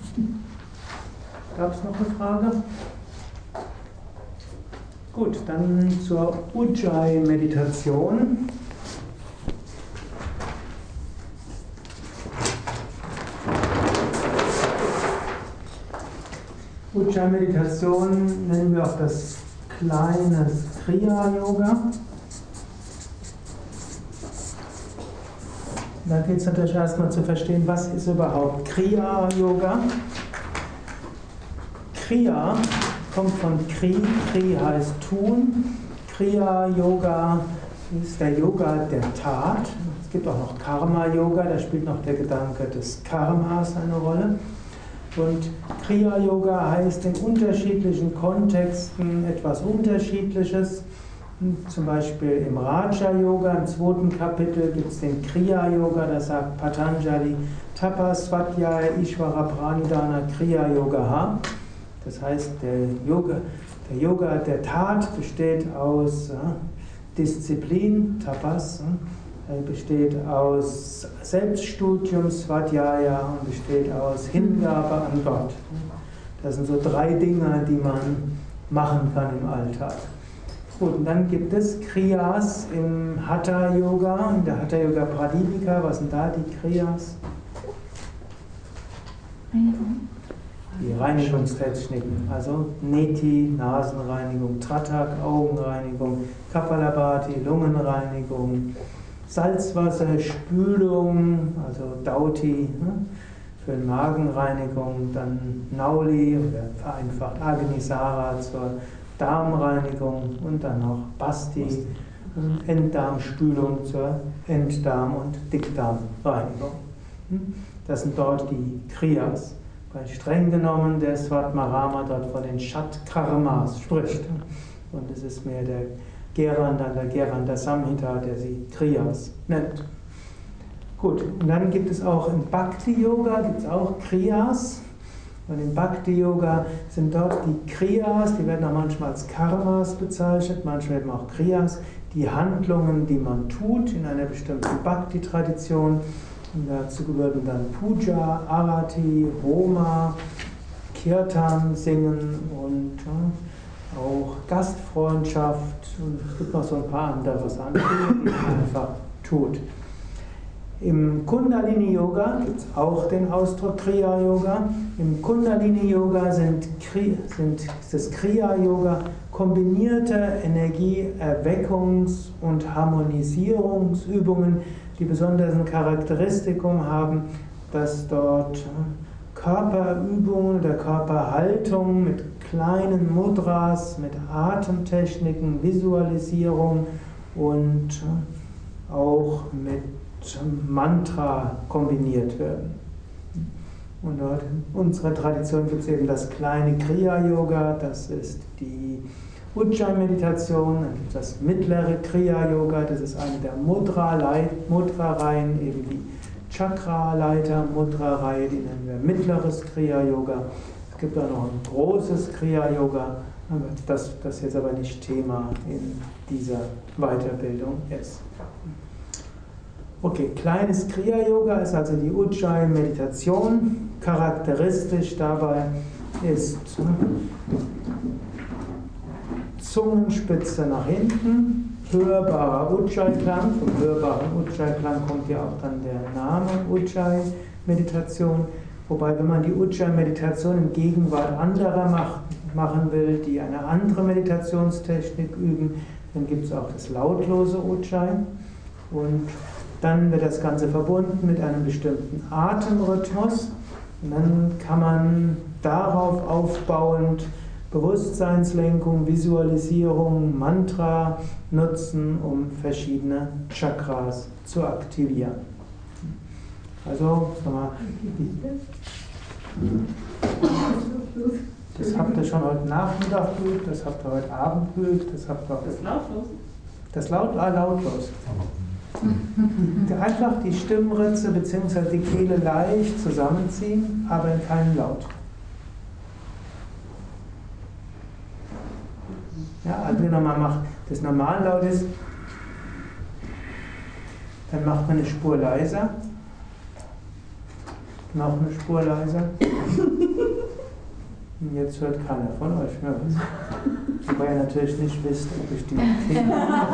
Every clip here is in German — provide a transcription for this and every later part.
Gab es noch eine Frage? Gut, dann zur Ujjayi-Meditation. Ujjayi-Meditation nennen wir auch das kleine Kriya-Yoga. Da geht es natürlich erstmal zu verstehen, was ist überhaupt Kriya-Yoga. Kriya kommt von Kri, Kri heißt tun. Kriya-Yoga ist der Yoga der Tat. Es gibt auch noch Karma-Yoga, da spielt noch der Gedanke des Karmas eine Rolle. Und Kriya-Yoga heißt in unterschiedlichen Kontexten etwas Unterschiedliches. Zum Beispiel im Raja-Yoga, im 2. Kapitel, gibt es den Kriya-Yoga, da sagt Patanjali, Tapas, Svadhyaya, Ishvara, Pranidhana, Kriya-Yoga. Das heißt, der Yoga der Tat besteht aus Disziplin, Tapas, besteht aus Selbststudium, Svadhyaya, und besteht aus Hingabe an Gott. Das sind so 3 Dinge, die man machen kann im Alltag. Gut, und dann gibt es Kriyas im Hatha-Yoga, in der Hatha-Yoga Pradipika. Was sind da die Kriyas? Die Reinigungstechniken, also Neti, Nasenreinigung, Tratak, Augenreinigung, Kapalabhati, Lungenreinigung, Salzwasser, Spülung, also Dauti, für Magenreinigung, dann Nauli oder vereinfacht Agnisara zur Darmreinigung und dann noch Basti, Enddarmspülung zur Enddarm- und Dickdarmreinigung. Das sind dort die Kriyas. Weil streng genommen der Svatmarama dort von den Shat-Karmas spricht. Und es ist mehr der Geranda Samhita, der sie Kriyas nennt. Gut, und dann gibt es auch im Bhakti-Yoga gibt es auch Kriyas. Und im Bhakti-Yoga sind dort die Kriyas, die werden auch manchmal als Karmas bezeichnet, manchmal eben auch Kriyas, die Handlungen, die man tut in einer bestimmten Bhakti-Tradition. Und dazu gehören dann Puja, Arati, Homa, Kirtan singen und auch Gastfreundschaft. Und es gibt noch so ein paar andere Sachen, die man einfach tut. Im Kundalini-Yoga gibt es auch den Ausdruck Kriya-Yoga. Im Kundalini-Yoga ist das Kriya-Yoga kombinierte Energie-Erweckungs- und Harmonisierungsübungen, die besonderen Charakteristikum haben, dass dort Körperübungen oder Körperhaltung mit kleinen Mudras, mit Atemtechniken, Visualisierung und auch mit Mantra kombiniert werden. Und dort in unserer Tradition gibt es eben das kleine Kriya-Yoga, das ist die Ujjayi-Meditation, dann gibt es das mittlere Kriya-Yoga, das ist eine der Mudra-Reihen, eben die Chakra-Leiter-Mudra-Reihe, die nennen wir mittleres Kriya-Yoga. Es gibt auch noch ein großes Kriya-Yoga, das jetzt aber nicht Thema in dieser Weiterbildung ist. Okay, kleines Kriya-Yoga ist also die Ujjayi-Meditation. Charakteristisch dabei ist Zungenspitze nach hinten, hörbarer Ujjayi-Klang. Vom hörbaren Ujjayi-Klang kommt ja auch dann der Name Ujjayi-Meditation. Wobei, wenn man die Ujjayi-Meditation in Gegenwart anderer machen will, die eine andere Meditationstechnik üben, dann gibt es auch das lautlose Ujjayi. Und dann wird das Ganze verbunden mit einem bestimmten Atemrhythmus. Und dann kann man darauf aufbauend Bewusstseinslenkung, Visualisierung, Mantra nutzen, um verschiedene Chakras zu aktivieren. Also, das habt ihr schon heute Nachmittag geübt, das habt ihr heute Abend geübt, das habt ihr auch. Das lautlos. Einfach die Stimmritze bzw. die Kehle leicht zusammenziehen, aber in keinen Laut. Ja, also wenn man das Normallaut ist, dann macht man eine Spur leiser. Noch eine Spur leiser. Jetzt hört keiner von euch mehr was. Wobei ihr natürlich nicht wisst, ob ich die kenne.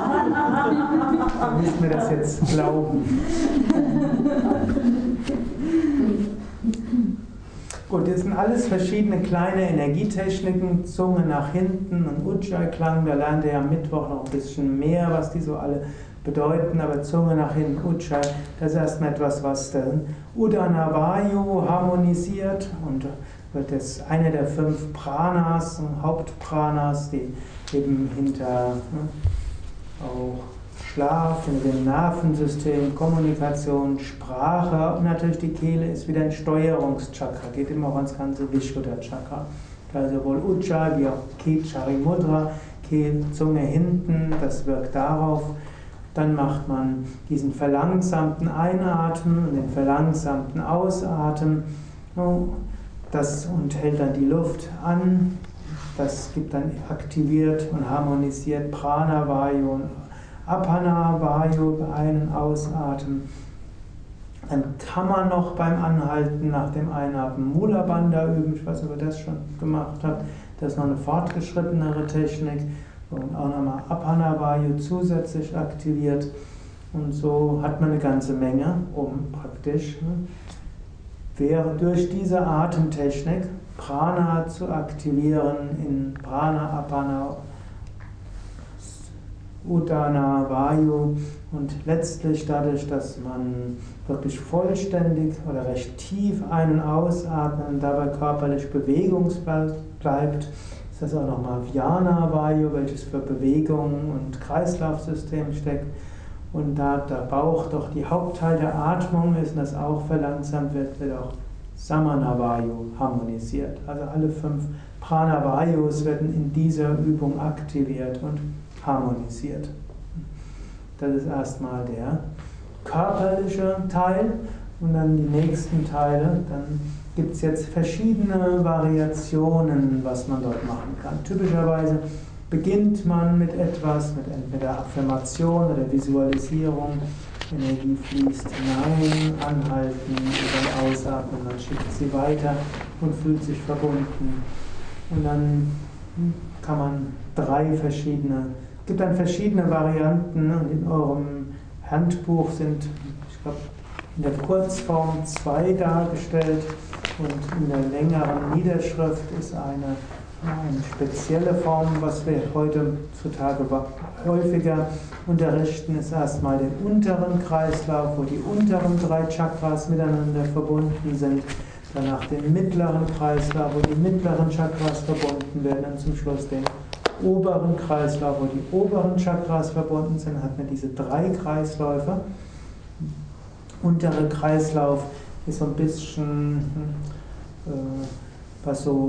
Dann müsst mir das jetzt glauben. Gut, das sind alles verschiedene kleine Energietechniken, Zunge nach hinten und Ujjayi-Klang. Da lernt ihr am Mittwoch noch ein bisschen mehr, was die so alle bedeuten, aber Zunge nach hinten, Ujjayi, das ist erstmal etwas, was den Udana Vayu harmonisiert und wird jetzt eine der 5 Pranas, Hauptpranas, die eben hinter auch Schlaf, in dem Nervensystem, Kommunikation, Sprache und natürlich die Kehle ist wieder ein Steuerungschakra, geht immer auch ans ganze Vishuddha-Chakra. Also sowohl Ujjayi wie auch Kechari Mudra, Zunge hinten, das wirkt darauf. Dann macht man diesen verlangsamten Einatmen und den verlangsamten Ausatmen und hält dann die Luft an. Das gibt dann aktiviert und harmonisiert Prana Vayu und Apana Vayu bei Ein- und Ausatmen. Dann kann man noch beim Anhalten nach dem Einatmen Mula Bandha üben. Ich weiß nicht, ob ihr das schon gemacht habt. Das ist noch eine fortgeschrittenere Technik. Und auch nochmal Apana Vayu zusätzlich aktiviert. Und so hat man eine ganze Menge, um praktisch durch diese Atemtechnik Prana zu aktivieren in Prana, Apana, Udana, Vayu und letztlich dadurch, dass man wirklich vollständig oder recht tief ein- und ausatmet und dabei körperlich bewegungsbleibt, ist das auch nochmal Vyana Vayu, welches für Bewegung und Kreislaufsystem steckt. Und da der Bauch doch die Hauptteil der Atmung ist und das auch verlangsamt wird, wird auch Samana Vayu harmonisiert. Also alle 5 Prana Vayus werden in dieser Übung aktiviert und harmonisiert. Das ist erstmal der körperliche Teil und dann die nächsten Teile. Dann gibt es jetzt verschiedene Variationen, was man dort machen kann. Typischerweise beginnt man mit etwas, mit entweder Affirmation oder Visualisierung. Energie fließt hinein, anhalten, dann ausatmen, man schickt sie weiter und fühlt sich verbunden. Und dann kann man gibt dann verschiedene Varianten und in eurem Handbuch sind, ich glaube, in der Kurzform 2 dargestellt und in der längeren Niederschrift ist eine spezielle Form, was wir heutzutage häufiger unterrichten, ist erstmal den unteren Kreislauf, wo die unteren 3 Chakras miteinander verbunden sind, danach den mittleren Kreislauf, wo die mittleren Chakras verbunden werden und zum Schluss den oberen Kreislauf, wo die oberen Chakras verbunden sind, hat man diese 3 Kreisläufe. Untere Kreislauf ist so ein bisschen was so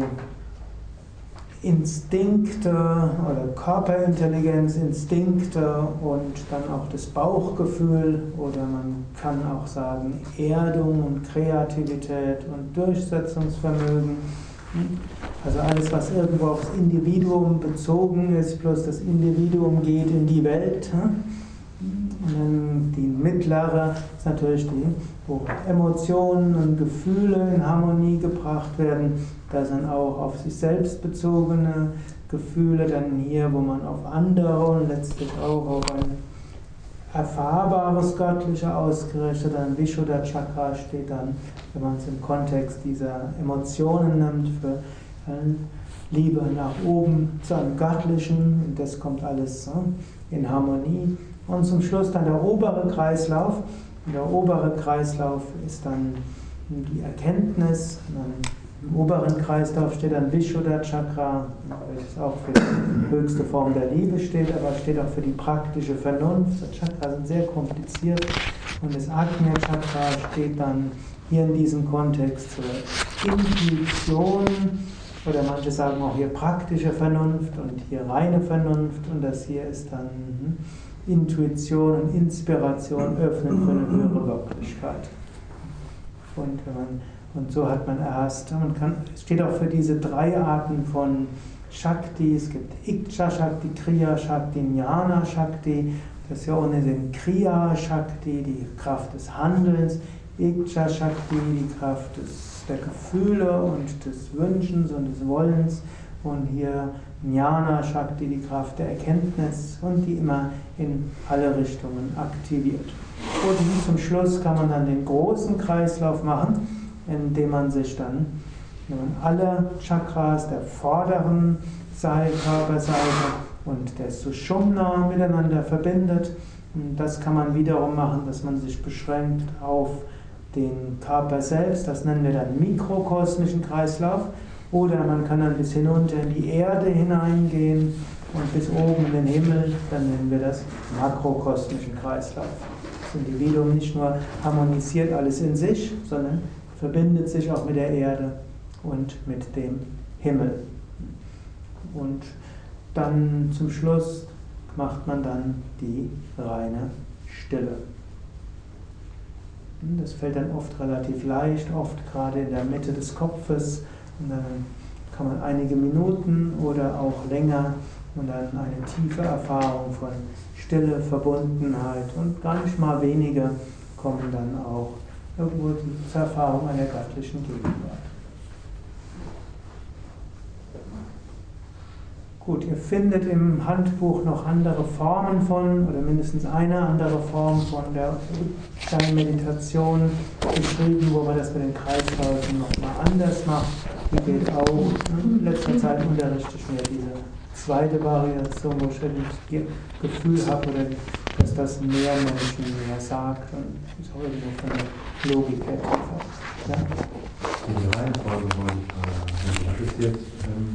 Instinkte oder Körperintelligenz, Instinkte und dann auch das Bauchgefühl oder man kann auch sagen Erdung und Kreativität und Durchsetzungsvermögen. Also alles, was irgendwo aufs Individuum bezogen ist, plus das Individuum geht in die Welt. Und dann die mittlere ist natürlich die, wo Emotionen und Gefühle in Harmonie gebracht werden. Da sind auch auf sich selbst bezogene Gefühle, dann hier, wo man auf andere und letztlich auch auf ein erfahrbares Göttliche ausgerichtet, ein Vishuddha-Chakra steht dann, wenn man es im Kontext dieser Emotionen nimmt, für Liebe nach oben zu einem Göttlichen, und das kommt alles in Harmonie. Und zum Schluss dann der obere Kreislauf. Und der obere Kreislauf ist dann die Erkenntnis. Im oberen Kreislauf steht dann Vishuddha-Chakra, welches auch für die höchste Form der Liebe steht, aber steht auch für die praktische Vernunft. Die Chakras sind sehr kompliziert. Und das Ajna-Chakra steht dann hier in diesem Kontext zur Intuition, oder manche sagen auch hier praktische Vernunft und hier reine Vernunft. Und das hier ist dann Intuition und Inspiration öffnen für eine höhere Wirklichkeit. Und so hat man erst, es steht auch für diese 3 Arten von Shakti, es gibt Iksha Shakti, Kriya Shakti, Jnana Shakti, das ist ja ohne den Kriya Shakti, die Kraft des Handelns, Ichcha Shakti, die Kraft der Gefühle und des Wünschens und des Wollens. Und hier Jnana Shakti, die Kraft der Erkenntnis und die immer in alle Richtungen aktiviert. Und zum Schluss kann man dann den großen Kreislauf machen, indem man sich dann alle Chakras der vorderen Körperseite und der Sushumna miteinander verbindet. Und das kann man wiederum machen, dass man sich beschränkt auf den Körper selbst, das nennen wir dann mikrokosmischen Kreislauf. Oder man kann dann bis hinunter in die Erde hineingehen und bis oben in den Himmel, dann nennen wir das makrokosmischen Kreislauf. Das Individuum nicht nur harmonisiert alles in sich, sondern verbindet sich auch mit der Erde und mit dem Himmel. Und dann zum Schluss macht man dann die reine Stille. Das fällt dann oft relativ leicht, oft gerade in der Mitte des Kopfes. Und dann kann man einige Minuten oder auch länger und dann eine tiefe Erfahrung von Stille, Verbundenheit und gar nicht mal wenige kommen dann auch irgendwo zur Erfahrung einer göttlichen Gegenwart. Gut, ihr findet im Handbuch noch andere Formen von, oder mindestens eine andere Form von der Meditation beschrieben, wo man das mit den Kreisläufen nochmal anders macht. Die geht auch. In letzter Zeit unterrichte ich mir diese zweite Variation, wo ich das Gefühl habe, dass das mehr Menschen mehr sagt. Und das ist auch irgendwo von der Logik her einfach. Ja? Die Reihenfolge wollte ich das ist jetzt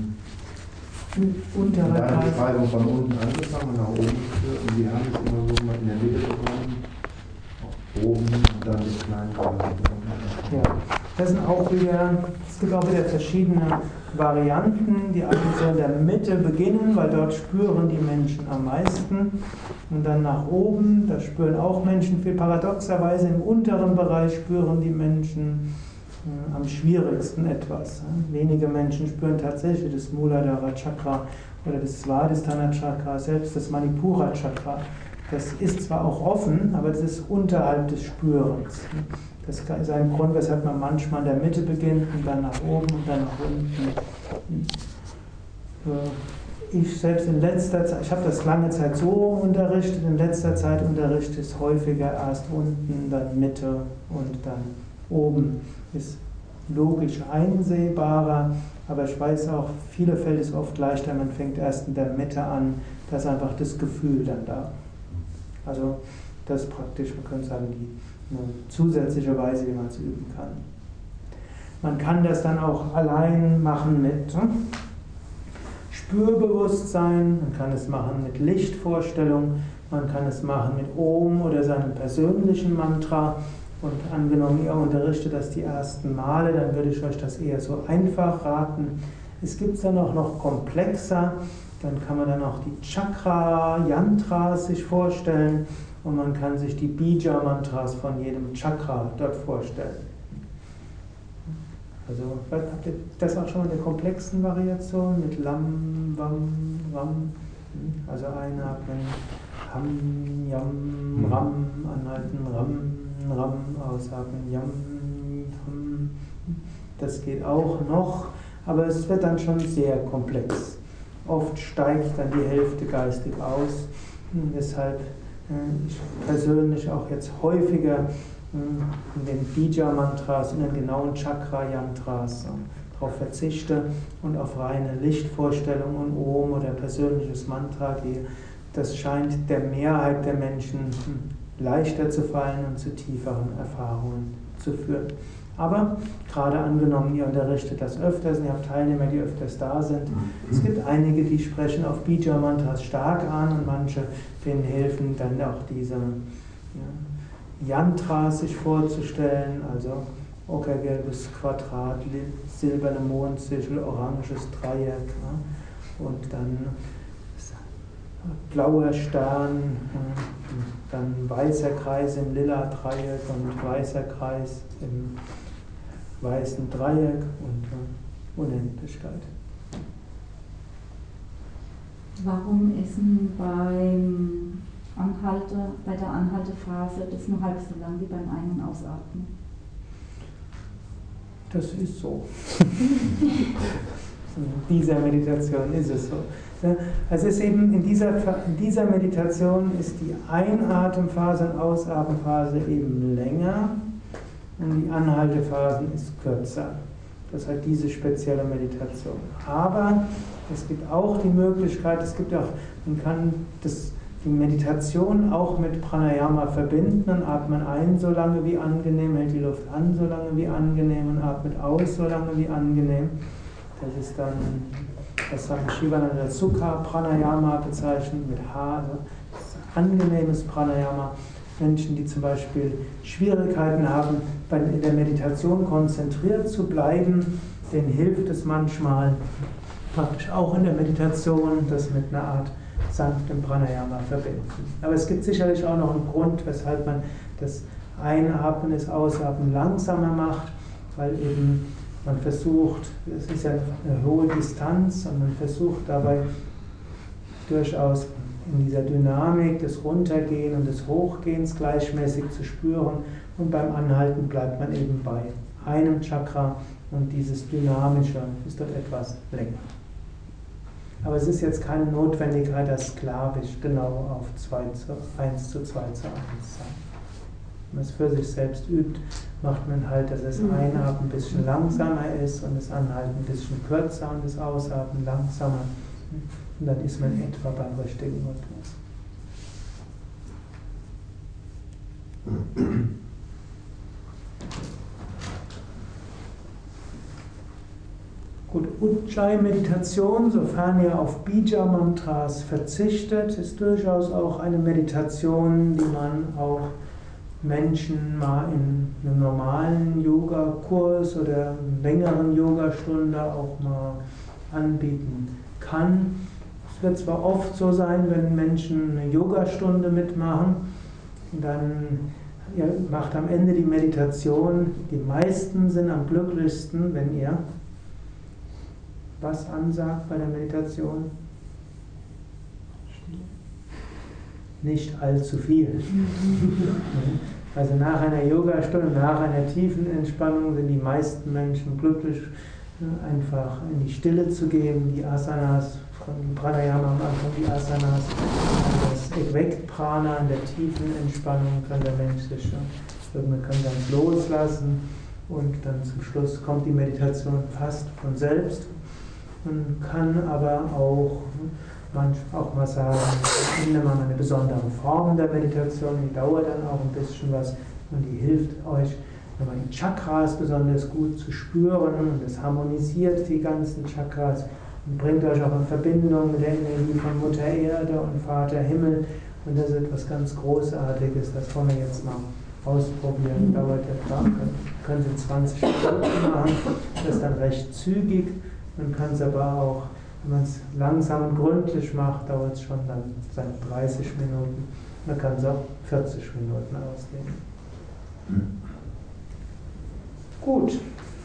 untere eine Beschreibung von unten angefangen und nach oben geführt und wir haben es immer so mal in der Mitte bekommen, oben und dann die kleinen Ja, das sind auch wieder, es gibt auch wieder verschiedene Varianten, die alle so in der Mitte beginnen, weil dort spüren die Menschen am meisten und dann nach oben, da spüren auch Menschen viel. Paradoxerweise im unteren Bereich spüren die Menschen am schwierigsten etwas. Wenige Menschen spüren tatsächlich das Muladhara Chakra oder das Svadhisthana Chakra, selbst das Manipura Chakra. Das ist zwar auch offen, aber das ist unterhalb des Spürens. Das ist ein Grund, weshalb man manchmal in der Mitte beginnt und dann nach oben und dann nach unten. Ich selbst in letzter Zeit, ich habe das lange Zeit so unterrichtet, in letzter Zeit unterrichte ich es häufiger erst unten, dann Mitte und dann oben. Ist logisch einsehbarer, aber ich weiß auch, viele fällt es oft leichter, man fängt erst in der Mitte an, da ist einfach das Gefühl dann da. Also das ist praktisch, man könnte sagen, eine zusätzliche Weise, wie man es üben kann. Man kann das dann auch allein machen mit Spürbewusstsein, man kann es machen mit Lichtvorstellung, man kann es machen mit Om oder seinem persönlichen Mantra. Und angenommen, ihr unterrichtet das die ersten Male, dann würde ich euch das eher so einfach raten. Es gibt es dann auch noch komplexer, dann kann man dann auch die Chakra-Yantras sich vorstellen und man kann sich die Bija-Mantras von jedem Chakra dort vorstellen. Also, habt ihr das auch schon in der komplexen Variation mit Lam, Vam, Ram? Also einatmen, Ham, Yam, Ram, anhalten, Ram, Ram, ausatmen, Yam, Ham. Das geht auch noch, aber es wird dann schon sehr komplex. Oft steigt dann die Hälfte geistig aus, weshalb ich persönlich auch jetzt häufiger in den Bija-Mantras, in den genauen Chakra-Yantras darauf verzichte und auf reine Lichtvorstellung und Om oder persönliches Mantra gehe. Das scheint der Mehrheit der Menschen leichter zu fallen und zu tieferen Erfahrungen zu führen. Aber gerade angenommen, ihr unterrichtet das öfters und ihr habt Teilnehmer, die öfters da sind. Es gibt einige, die sprechen auf Bija-Mantras stark an und manche, denen helfen dann auch diese Yantras sich vorzustellen, also ockergelbes Quadrat, silberne Mondsichel, oranges Dreieck und dann blauer Stern, dann weißer Kreis im lila Dreieck und weißer Kreis im weißen Dreieck und Unendlichkeit. Warum ist bei der Anhaltephase das nur halb so lang wie beim Ein- und Ausatmen? Das ist so. In dieser Meditation ist es so. Also es ist eben in dieser Meditation ist die Einatemphase und Ausatemphase eben länger und die Anhaltephasen ist kürzer. Das ist halt diese spezielle Meditation. Aber es gibt auch die Möglichkeit, man kann die Meditation auch mit Pranayama verbinden. Dann atmet man ein so lange wie angenehm, hält die Luft an so lange wie angenehm und atmet aus so lange wie angenehm. Das ist dann, das sagt Shivananda Sukha Pranayama bezeichnet mit H, also angenehmes Pranayama. Menschen, die zum Beispiel Schwierigkeiten haben, in der Meditation konzentriert zu bleiben, denen hilft es manchmal, praktisch auch in der Meditation, das mit einer Art sanftem Pranayama verbinden. Aber es gibt sicherlich auch noch einen Grund, weshalb man das Einatmen, das Ausatmen langsamer macht, weil eben man versucht, es ist ja eine hohe Distanz und man versucht dabei durchaus in dieser Dynamik des Runtergehen und des Hochgehens gleichmäßig zu spüren und beim Anhalten bleibt man eben bei einem Chakra und dieses Dynamische ist dort etwas länger. Aber es ist jetzt keine Notwendigkeit, das sklavisch genau auf 1 zu 2 zu 1 sein. Wenn man es für sich selbst übt, macht man halt, dass das Einatmen ein bisschen langsamer ist und das Anhalten ein bisschen kürzer und das Ausatmen langsamer. Und dann ist man etwa beim richtigen Rhythmus. Gut, Ujjayi-Meditation, sofern ihr auf Bija-Mantras verzichtet, ist durchaus auch eine Meditation, die man auch Menschen mal in einem normalen Yoga-Kurs oder längeren Yogastunde auch mal anbieten kann. Es wird zwar oft so sein, wenn Menschen eine Yogastunde mitmachen, dann macht am Ende die Meditation, die meisten sind am glücklichsten, wenn ihr was ansagt bei der Meditation? Nicht allzu viel. Also nach einer Yogastunde, nach einer tiefen Entspannung sind die meisten Menschen glücklich, einfach in die Stille zu gehen, die Asanas, die Pranayama am Anfang, die Asanas, das Effekt-Prana in der tiefen Entspannung kann der Mensch sich man kann ganz loslassen und dann zum Schluss kommt die Meditation fast von selbst. Man kann aber auch mal sagen, ich finde mal eine besondere Form der Meditation, die dauert dann auch ein bisschen was und die hilft euch, nochmal die Chakras besonders gut zu spüren und das harmonisiert die ganzen Chakras und bringt euch auch in Verbindung mit der Energie von Mutter Erde und Vater Himmel und das ist etwas ganz Großartiges, das wollen wir jetzt mal ausprobieren, dauert etwa, können Sie 20 Minuten machen, das ist dann recht zügig. Man kann es aber auch, wenn man es langsam und gründlich macht, dauert es schon dann seine 30 Minuten. Man kann es auch 40 Minuten ausdehnen. Gut.